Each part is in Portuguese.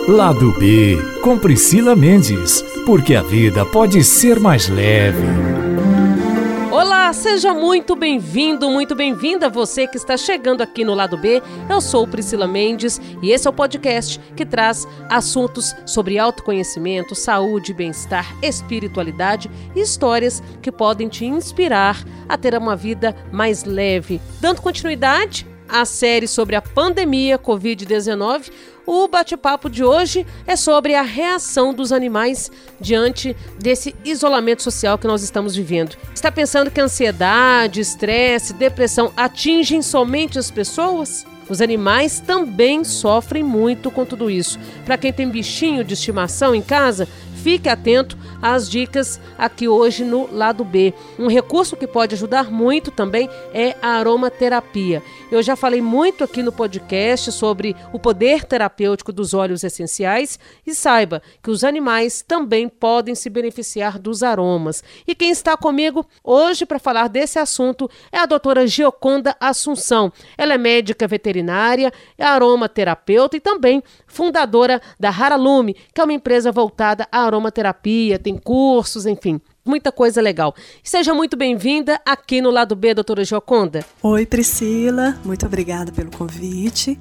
Lado B, com Priscila Mendes, porque a vida pode ser mais leve. Olá, seja muito bem-vindo, muito bem-vinda você que está chegando aqui no Lado B. Eu sou Priscila Mendes e esse é o podcast que traz assuntos sobre autoconhecimento, saúde, bem-estar, espiritualidade e histórias que podem te inspirar a ter uma vida mais leve. Dando continuidade à série sobre a pandemia Covid-19, o bate-papo de hoje é sobre a reação dos animais diante desse isolamento social que nós estamos vivendo. Está pensando que ansiedade, estresse, depressão atingem somente as pessoas? Os animais também sofrem muito com tudo isso. Para quem tem bichinho de estimação em casa, fique atento às dicas aqui hoje no Lado B. Um recurso que pode ajudar muito também é a aromaterapia. Eu já falei muito aqui no podcast sobre o poder terapêutico dos óleos essenciais e saiba que os animais também podem se beneficiar dos aromas. E quem está comigo hoje para falar desse assunto é a doutora Gioconda Assunção. Ela é médica veterinária, é aromaterapeuta e também fundadora da Haralume, que é uma empresa voltada à aromaterapia, tem cursos, enfim, muita coisa legal. Seja muito bem-vinda aqui no Lado B, doutora Gioconda. Oi, Priscila, muito obrigada pelo convite.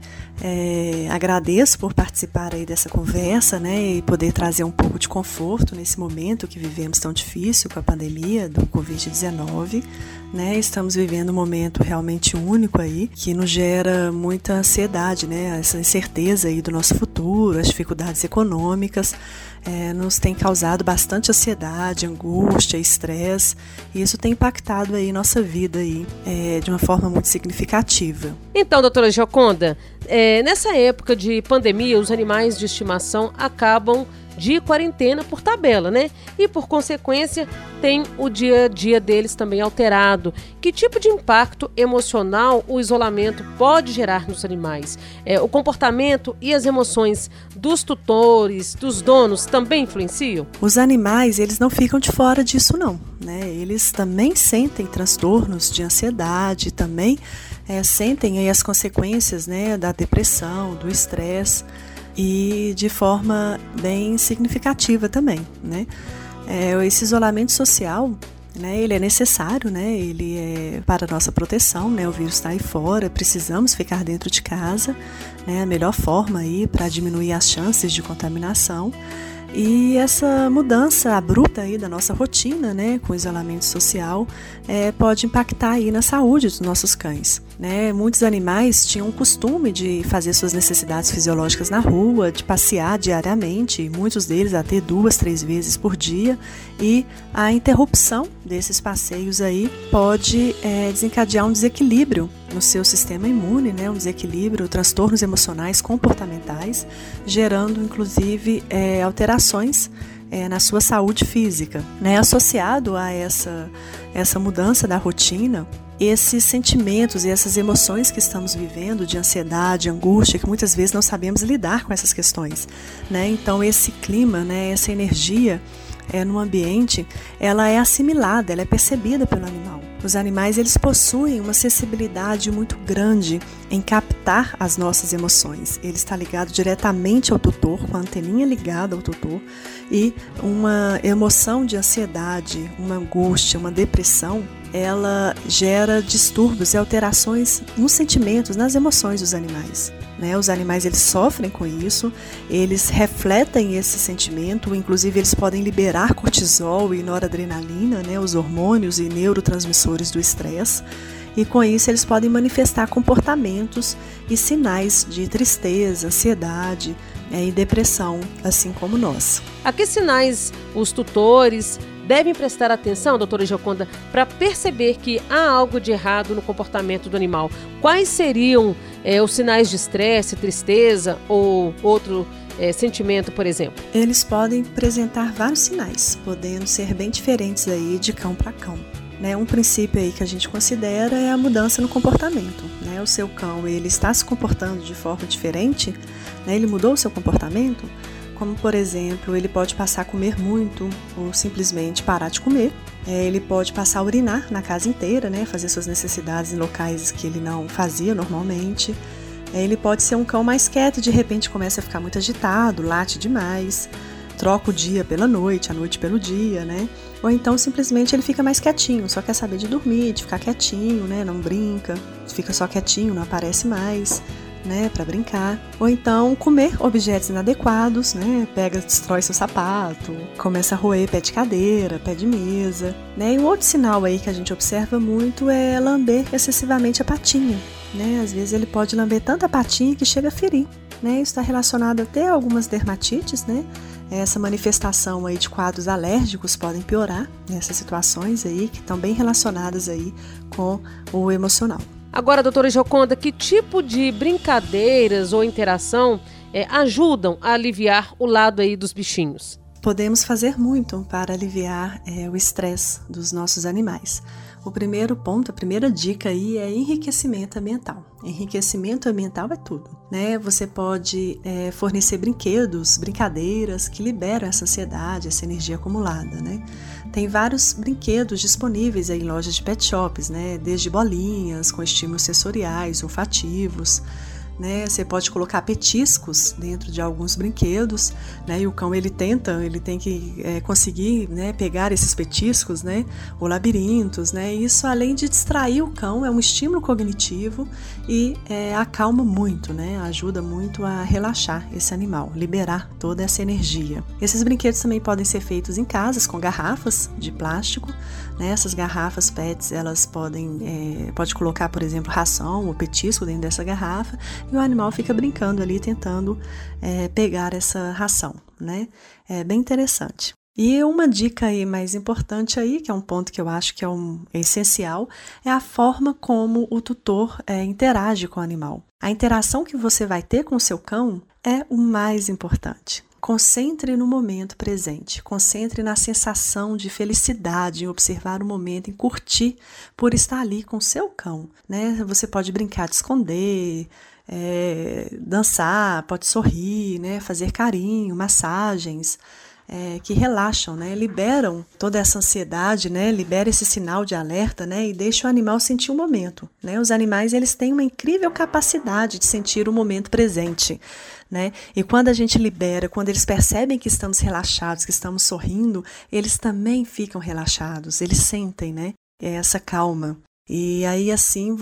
Agradeço por participar aí dessa conversa, né, e poder trazer um pouco de conforto nesse momento que vivemos tão difícil com a pandemia do Covid-19. Né, estamos vivendo um momento realmente único aí, que nos gera muita ansiedade, né, essa incerteza aí do nosso futuro, as dificuldades econômicas, nos tem causado bastante ansiedade, angústia, estresse, e isso tem impactado aí nossa vida aí, de uma forma muito significativa. Então, doutora Gioconda, nessa época de pandemia, os animais de estimação acabam de quarentena por tabela, né? E por consequência tem o dia a dia deles também alterado. Que tipo de impacto emocional o isolamento pode gerar nos animais? O comportamento e as emoções dos tutores, dos donos também influenciam? Os animais, eles não ficam de fora disso não, né? Eles também sentem transtornos de ansiedade, também sentem aí as consequências, né, da depressão, do estresse, e de forma bem significativa também, né? Esse isolamento social, né, ele é necessário, né? Ele é para a nossa proteção, né? O vírus está aí fora, precisamos ficar dentro de casa, né? A melhor forma aí para diminuir as chances de contaminação. E essa mudança abrupta aí da nossa rotina, né, com o isolamento social, pode impactar aí na saúde dos nossos cães, né? Muitos animais tinham o costume de fazer suas necessidades fisiológicas na rua, de passear diariamente, muitos deles até 2, 3 vezes por dia, e a interrupção desses passeios aí pode desencadear um desequilíbrio no seu sistema imune, né, um desequilíbrio, transtornos emocionais, comportamentais, gerando inclusive alterações na sua saúde física, né? Associado a essa mudança da rotina, esses sentimentos e essas emoções que estamos vivendo de ansiedade, angústia, que muitas vezes não sabemos lidar com essas questões, né? Então esse clima, né, essa energia no ambiente, ela é assimilada, ela é percebida pelo animal. Os animais, eles possuem uma sensibilidade muito grande em captar as nossas emoções. Ele está ligado diretamente ao tutor, com a anteninha ligada ao tutor, e uma emoção de ansiedade, uma angústia, uma depressão, ela gera distúrbios e alterações nos sentimentos, nas emoções dos animais. Né? Os animais, eles sofrem com isso, eles refletem esse sentimento, inclusive eles podem liberar cortisol e noradrenalina, né? Os hormônios e neurotransmissores do estresse, e com isso eles podem manifestar comportamentos e sinais de tristeza, ansiedade e depressão, assim como nós. A que sinais os tutores devem prestar atenção, doutora Gioconda, para perceber que há algo de errado no comportamento do animal? Quais seriam os sinais de estresse, tristeza ou outro sentimento, por exemplo? Eles podem apresentar vários sinais, podendo ser bem diferentes aí de cão para cão. Né? Um princípio aí que a gente considera é a mudança no comportamento. Né? O seu cão, ele está se comportando de forma diferente, né? Ele mudou o seu comportamento, como por exemplo, ele pode passar a comer muito ou simplesmente parar de comer. Ele pode passar a urinar na casa inteira, né? Fazer suas necessidades em locais que ele não fazia normalmente. Ele pode ser um cão mais quieto e de repente começa a ficar muito agitado, late demais, troca o dia pela noite, a noite pelo dia, né? Ou então simplesmente ele fica mais quietinho, só quer saber de dormir, de ficar quietinho, né? Não brinca, fica só quietinho, não aparece mais, né? Para brincar. Ou então comer objetos inadequados, né? Pega, destrói seu sapato, começa a roer pé de cadeira, pé de mesa, né? E um outro sinal aí que a gente observa muito é lamber excessivamente a patinha, né? Às vezes ele pode lamber tanta patinha que chega a ferir, né? Isso está relacionado até a algumas dermatites, né? Essa manifestação aí de quadros alérgicos podem piorar nessas situações aí que estão bem relacionadas aí com o emocional. Agora, doutora Gioconda, que tipo de brincadeiras ou interação ajudam a aliviar o lado aí dos bichinhos? Podemos fazer muito para aliviar o estresse dos nossos animais. O primeiro ponto, a primeira dica aí é enriquecimento ambiental. Enriquecimento ambiental é tudo, né? Você pode fornecer brinquedos, brincadeiras que liberam essa ansiedade, essa energia acumulada, né? Tem vários brinquedos disponíveis aí em lojas de pet shops, né? Desde bolinhas com estímulos sensoriais, olfativos, né? Você pode colocar petiscos dentro de alguns brinquedos, né? E o cão ele tem que conseguir, né, pegar esses petiscos, né? Ou labirintos, né? Isso, além de distrair o cão, é um estímulo cognitivo e acalma muito, né? Ajuda muito a relaxar esse animal, liberar toda essa energia. Esses brinquedos também podem ser feitos em casas com garrafas de plástico, né? Essas garrafas PETs, elas pode colocar, por exemplo, ração ou petisco dentro dessa garrafa e o animal fica brincando ali, tentando pegar essa ração, né? É bem interessante. E uma dica aí mais importante aí, que é um ponto que eu acho que é essencial, é a forma como o tutor interage com o animal. A interação que você vai ter com o seu cão é o mais importante. Concentre no momento presente, concentre na sensação de felicidade, em observar o momento, em curtir por estar ali com o seu cão, né? Você pode brincar de esconder, dançar, pode sorrir, né? Fazer carinho, massagens, que relaxam, né? Liberam toda essa ansiedade, né? Libera esse sinal de alerta, né? E deixa o animal sentir o momento, né? Os animais, eles têm uma incrível capacidade de sentir o momento presente, né? E quando a gente libera, quando eles percebem que estamos relaxados, que estamos sorrindo, eles também ficam relaxados, eles sentem, né? Essa calma. E aí, assim,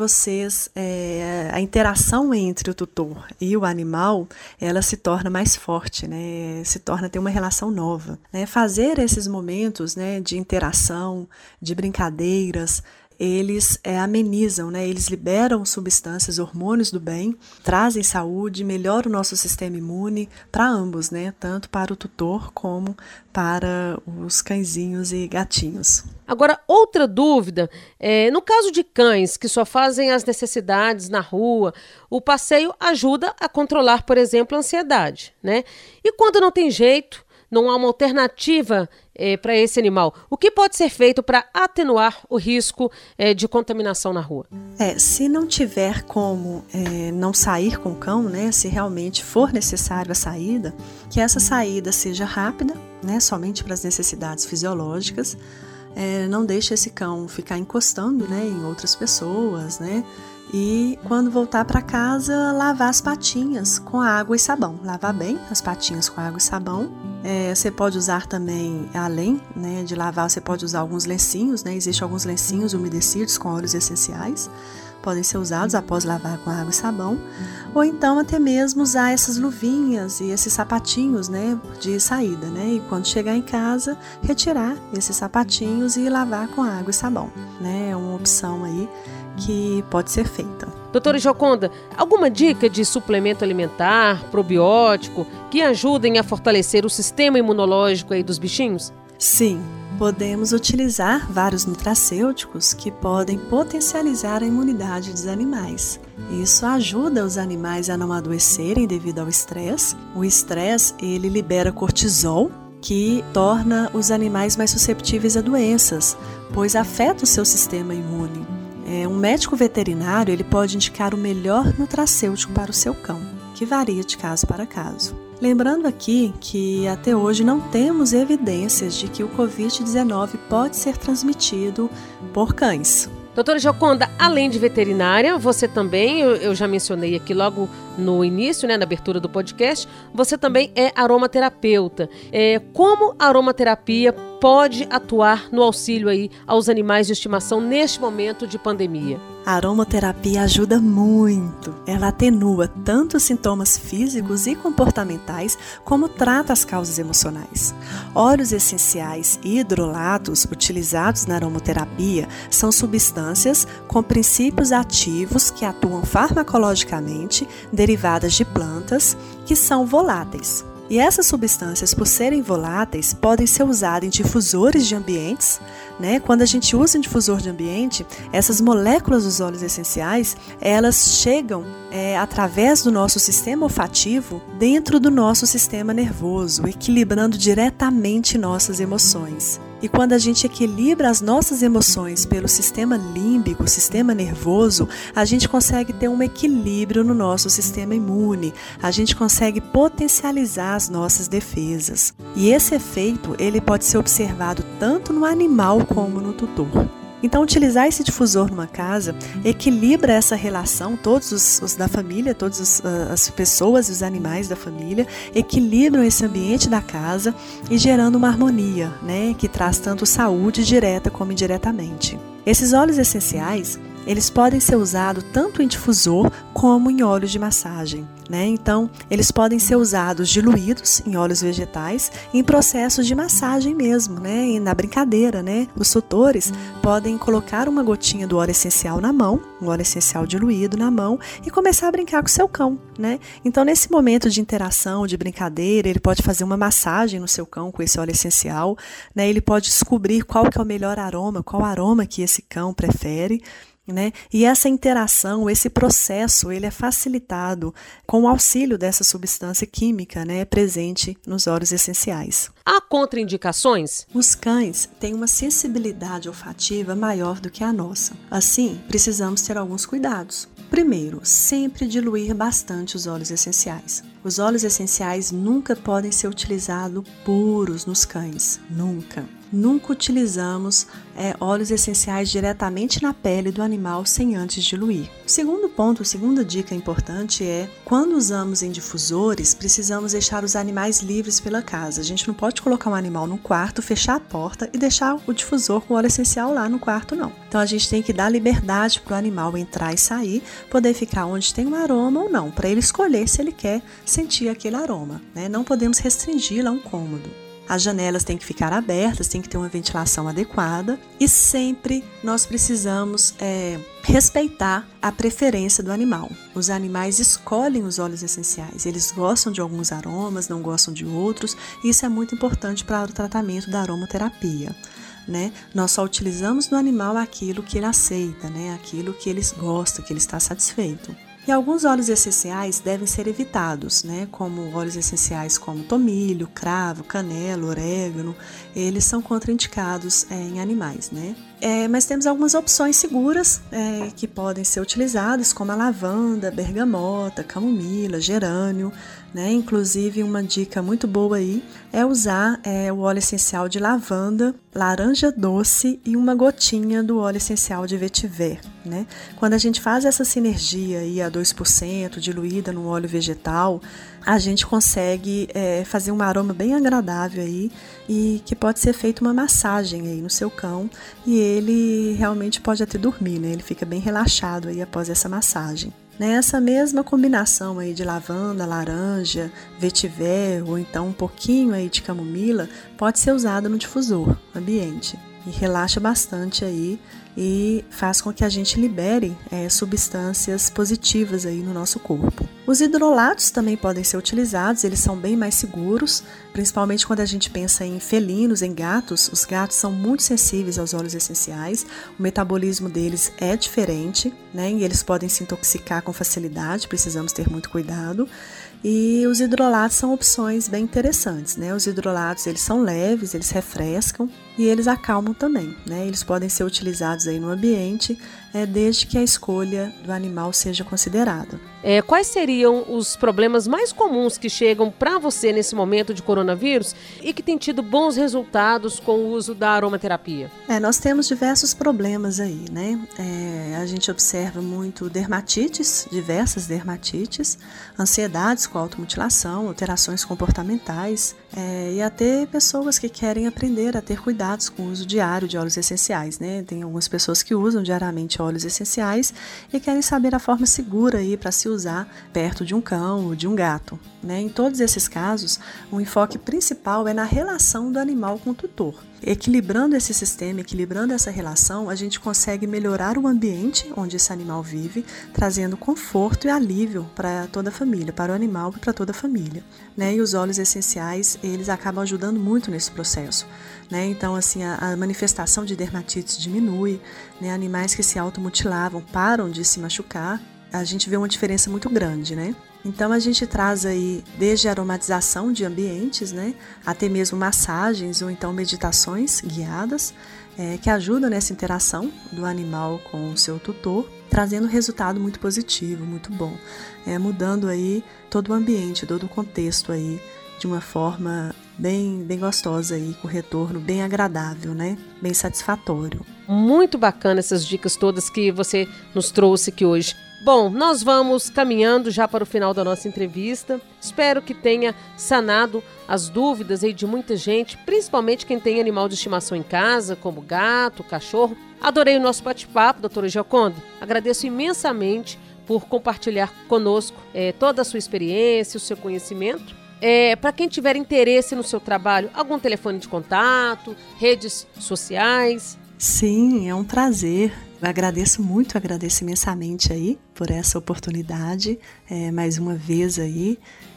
a interação entre o tutor e o animal, ela se torna mais forte, né? Se torna ter uma relação nova, né? Fazer esses momentos, né, de interação, de brincadeiras, eles amenizam, né? Eles liberam substâncias, hormônios do bem, trazem saúde, melhoram o nosso sistema imune para ambos, né? Tanto para o tutor como para os cãezinhos e gatinhos. Agora, outra dúvida, no caso de cães que só fazem as necessidades na rua, o passeio ajuda a controlar, por exemplo, a ansiedade, né? E quando não tem jeito, não há uma alternativa para esse animal, o que pode ser feito para atenuar o risco de contaminação na rua? Se não tiver como não sair com o cão, né, se realmente for necessário a saída, que essa saída seja rápida, né, somente para as necessidades fisiológicas, não deixe esse cão ficar encostando, né, em outras pessoas, né? E quando voltar para casa, lavar as patinhas com água e sabão. Lavar bem as patinhas com água e sabão. Você pode usar também, além, né, de lavar, você pode usar alguns lencinhos, né? Existem alguns lencinhos umedecidos com óleos essenciais. Podem ser usados após lavar com água e sabão. Ou então até mesmo usar essas luvinhas e esses sapatinhos, né, de saída, né? E quando chegar em casa, retirar esses sapatinhos e lavar com água e sabão, né? É uma opção aí que pode ser feita. Doutora Gioconda, alguma dica de suplemento alimentar, probiótico, que ajudem a fortalecer o sistema imunológico aí dos bichinhos? Sim, podemos utilizar vários nutracêuticos que podem potencializar a imunidade dos animais. Isso ajuda os animais a não adoecerem devido ao estresse. O estresse, ele libera cortisol, que torna os animais mais susceptíveis a doenças, pois afeta o seu sistema imune. Um médico veterinário, ele pode indicar o melhor nutracêutico para o seu cão, que varia de caso para caso. Lembrando aqui que até hoje não temos evidências de que o Covid-19 pode ser transmitido por cães. Doutora Gioconda, além de veterinária, você também, eu já mencionei aqui logo no início, na abertura do podcast, você também é aromaterapeuta. Como a aromaterapia pode atuar no auxílio aí aos animais de estimação neste momento de pandemia? A aromaterapia ajuda muito. Ela atenua tanto os sintomas físicos e comportamentais, como trata as causas emocionais. Óleos essenciais e hidrolatos utilizados na aromaterapia são substâncias com princípios ativos que atuam farmacologicamente, derivadas de plantas, que são voláteis. E essas substâncias, por serem voláteis, podem ser usadas em difusores de ambientes, Quando a gente usa um difusor de ambiente, essas moléculas dos óleos essenciais, elas chegam através do nosso sistema olfativo dentro do nosso sistema nervoso, equilibrando diretamente nossas emoções. E quando a gente equilibra as nossas emoções pelo sistema límbico, sistema nervoso, a gente consegue ter um equilíbrio no nosso sistema imune, a gente consegue potencializar as nossas defesas. E esse efeito, ele pode ser observado tanto no animal como no tutor. Então, utilizar esse difusor numa casa equilibra essa relação, todos os da família, todas as pessoas e os animais da família, equilibram esse ambiente da casa e gerando uma harmonia, que traz tanto saúde direta como indiretamente. Esses óleos essenciais, eles podem ser usados tanto em difusor como em óleos de massagem. Então, eles podem ser usados diluídos em óleos vegetais em processos de massagem mesmo, e na brincadeira, Os tutores podem colocar uma gotinha do óleo essencial na mão, um óleo essencial diluído na mão e começar a brincar com o seu cão, Então, nesse momento de interação, de brincadeira, ele pode fazer uma massagem no seu cão com esse óleo essencial, Ele pode descobrir qual que é o melhor aroma, qual aroma que esse cão prefere, E essa interação, esse processo, ele é facilitado com o auxílio dessa substância química, presente nos óleos essenciais. Há contraindicações? Os cães têm uma sensibilidade olfativa maior do que a nossa. Assim, precisamos ter alguns cuidados. Primeiro, sempre diluir bastante os óleos essenciais. Os óleos essenciais nunca podem ser utilizados puros nos cães, nunca. Nunca utilizamos óleos essenciais diretamente na pele do animal sem antes diluir. O segundo ponto, a segunda dica importante é, quando usamos em difusores, precisamos deixar os animais livres pela casa. A gente não pode colocar um animal no quarto, fechar a porta e deixar o difusor com óleo essencial lá no quarto, não. Então a gente tem que dar liberdade para o animal entrar e sair, poder ficar onde tem um aroma ou não, para ele escolher se ele quer sentir aquele aroma, Não podemos restringir lá um cômodo. As janelas têm que ficar abertas, tem que ter uma ventilação adequada e sempre nós precisamos respeitar a preferência do animal. Os animais escolhem os óleos essenciais, eles gostam de alguns aromas, não gostam de outros, e isso é muito importante para o tratamento da aromaterapia. Nós só utilizamos no animal aquilo que ele aceita, aquilo que ele gosta, que ele está satisfeito. E alguns óleos essenciais devem ser evitados, como óleos essenciais como tomilho, cravo, canela, orégano, eles são contraindicados em animais, Mas temos algumas opções seguras que podem ser utilizadas, como a lavanda, bergamota, camomila, gerânio, Inclusive, uma dica muito boa aí é usar o óleo essencial de lavanda, laranja doce e uma gotinha do óleo essencial de vetiver, Quando a gente faz essa sinergia aí a 2% diluída no óleo vegetal, a gente consegue fazer um aroma bem agradável aí e que pode ser feita uma massagem aí no seu cão e ele realmente pode até dormir, Ele fica bem relaxado aí após essa massagem. Essa mesma combinação aí de lavanda, laranja, vetiver ou então um pouquinho aí de camomila pode ser usada no difusor ambiente e relaxa bastante aí e faz com que a gente libere substâncias positivas aí no nosso corpo. Os hidrolatos também podem ser utilizados, eles são bem mais seguros, principalmente quando a gente pensa em felinos, em gatos. Os gatos são muito sensíveis aos óleos essenciais, o metabolismo deles é diferente, e eles podem se intoxicar com facilidade, precisamos ter muito cuidado. E os hidrolatos são opções bem interessantes, Os hidrolatos, eles são leves, eles refrescam e eles acalmam também, Eles podem ser utilizados aí no ambiente, desde que a escolha do animal seja considerada. quais seriam os problemas mais comuns que chegam para você nesse momento de coronavírus e que tem tido bons resultados com o uso da aromaterapia? Nós temos diversos problemas aí, né? A gente observa muito dermatites, diversas dermatites, ansiedades com automutilação, alterações comportamentais e até pessoas que querem aprender a ter cuidados com o uso diário de óleos essenciais, né? Tem algumas pessoas que usam diariamente óleos essenciais e querem saber a forma segura aí para se usar perto de um cão ou de um gato, né? Em todos esses casos, o enfoque principal é na relação do animal com o tutor. Equilibrando esse sistema, equilibrando essa relação, a gente consegue melhorar o ambiente onde esse animal vive, trazendo conforto e alívio para toda a família, para o animal e para toda a família, né? E os óleos essenciais, eles acabam ajudando muito nesse processo, né? Então, assim, a manifestação de dermatites diminui, né? Animais que se automutilavam param de se machucar, a gente vê uma diferença muito grande, né? Então a gente traz aí desde a aromatização de ambientes, né, até mesmo massagens ou então meditações guiadas que ajudam nessa interação do animal com o seu tutor, trazendo um resultado muito positivo, muito bom, mudando aí todo o ambiente, todo o contexto aí de uma forma bem gostosa aí, com retorno bem agradável, né, bem satisfatório. Muito bacana essas dicas todas que você nos trouxe aqui hoje. Bom, nós vamos caminhando já para o final da nossa entrevista. Espero que tenha sanado as dúvidas aí de muita gente, principalmente quem tem animal de estimação em casa, como gato, cachorro. Adorei o nosso bate-papo, doutora Gioconda. Agradeço imensamente por compartilhar conosco toda a sua experiência, o seu conhecimento. Para quem tiver interesse no seu trabalho, algum telefone de contato, redes sociais? Sim, é um prazer. Eu agradeço imensamente aí por essa oportunidade, mais uma vez aí.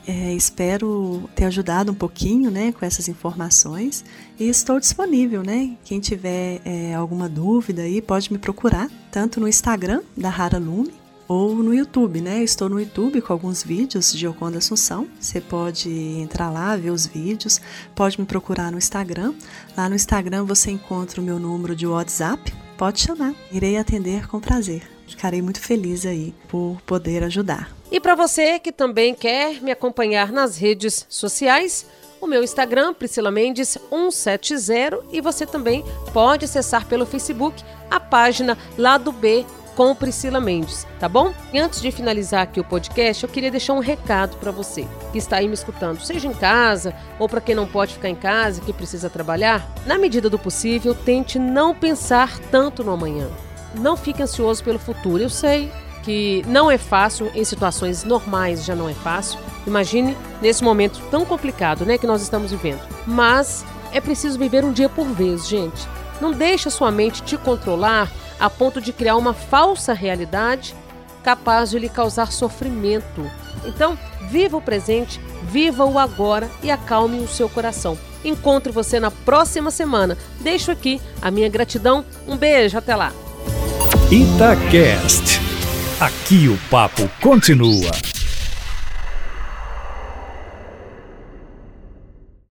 Espero ter ajudado um pouquinho, né, com essas informações e estou disponível, né? Quem tiver alguma dúvida aí pode me procurar, tanto no Instagram da Rara Lume ou no YouTube, né? Estou no YouTube com alguns vídeos de Gioconda Assunção. Você pode entrar lá, ver os vídeos, pode me procurar no Instagram. Lá no Instagram você encontra o meu número de WhatsApp, pode chamar. Irei atender com prazer. Ficarei muito feliz aí por poder ajudar. E para você que também quer me acompanhar nas redes sociais, o meu Instagram, Priscila Mendes 170, e você também pode acessar pelo Facebook a página Lado B com Priscila Mendes, tá bom? E antes de finalizar aqui o podcast, eu queria deixar um recado para você que está aí me escutando, seja em casa ou para quem não pode ficar em casa, que precisa trabalhar. Na medida do possível, tente não pensar tanto no amanhã. Não fique ansioso pelo futuro. Eu sei que não é fácil, em situações normais já não é fácil. Imagine nesse momento tão complicado, né, que nós estamos vivendo. Mas é preciso viver um dia por vez, gente. Não deixe a sua mente te controlar a ponto de criar uma falsa realidade capaz de lhe causar sofrimento. Então, viva o presente, viva o agora e acalme o seu coração. Encontro você na próxima semana. Deixo aqui a minha gratidão. Um beijo, até lá. Itacast. Aqui o papo continua.